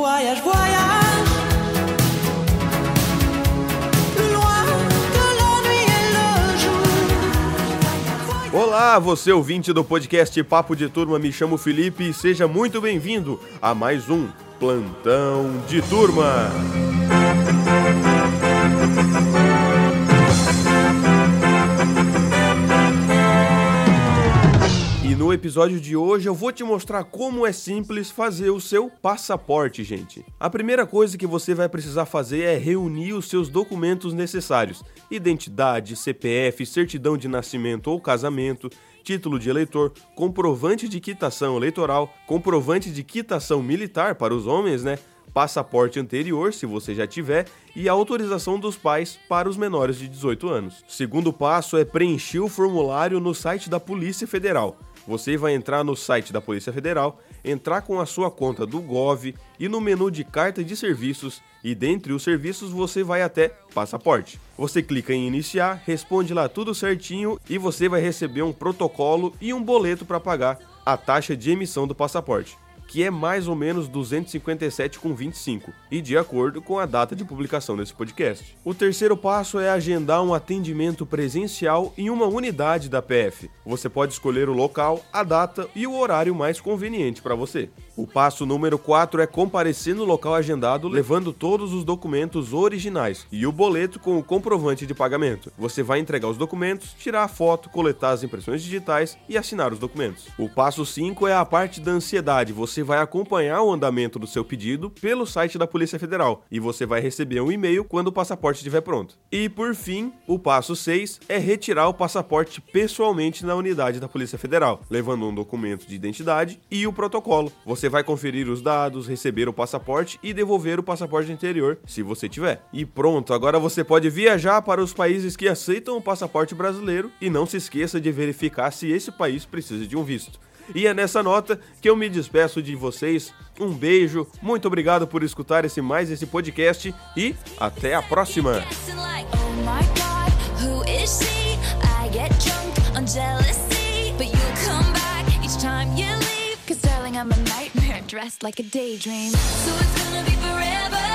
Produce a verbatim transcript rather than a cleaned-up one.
Voyage, voyage, loin de la nuit et le jour. Olá, você ouvinte do podcast Papo de Turma, me chamo Felipe e seja muito bem-vindo a mais um Plantão de Turma. E no episódio de hoje eu vou te mostrar como é simples fazer o seu passaporte, gente. A primeira coisa que você vai precisar fazer é reunir os seus documentos necessários: identidade, C P F, certidão de nascimento ou casamento, título de eleitor, comprovante de quitação eleitoral, comprovante de quitação militar para os homens, né? Passaporte anterior, se você já tiver, e a autorização dos pais para os menores de dezoito anos. O segundo passo é preencher o formulário no site da Polícia Federal. Você vai entrar no site da Polícia Federal, entrar com a sua conta do Gov e no menu de carta de serviços, e dentre os serviços você vai até passaporte. Você clica em iniciar, responde lá tudo certinho e você vai receber um protocolo e um boleto para pagar a taxa de emissão do passaporte, que é mais ou menos duzentos e cinquenta e sete reais e vinte e cinco centavos, e de acordo com a data de publicação desse podcast. O terceiro passo é agendar um atendimento presencial em uma unidade da P F. Você pode escolher o local, a data e o horário mais conveniente para você. O passo número quatro é comparecer no local agendado, levando todos os documentos originais e o boleto com o comprovante de pagamento. Você vai entregar os documentos, tirar a foto, coletar as impressões digitais e assinar os documentos. O passo cinco é a parte da ansiedade. Você vai acompanhar o andamento do seu pedido pelo site da Polícia Federal e você vai receber um e-mail quando o passaporte estiver pronto. E por fim, o passo seis é retirar o passaporte pessoalmente na unidade da Polícia Federal, levando um documento de identidade e o protocolo. Você vai conferir os dados, receber o passaporte e devolver o passaporte anterior, se você tiver. E pronto, agora você pode viajar para os países que aceitam o passaporte brasileiro e não se esqueça de verificar se esse país precisa de um visto. E é nessa nota que eu me despeço de vocês. Um beijo, muito obrigado por escutar esse mais esse podcast e até a próxima! I'm a nightmare dressed like a daydream. So it's gonna be forever.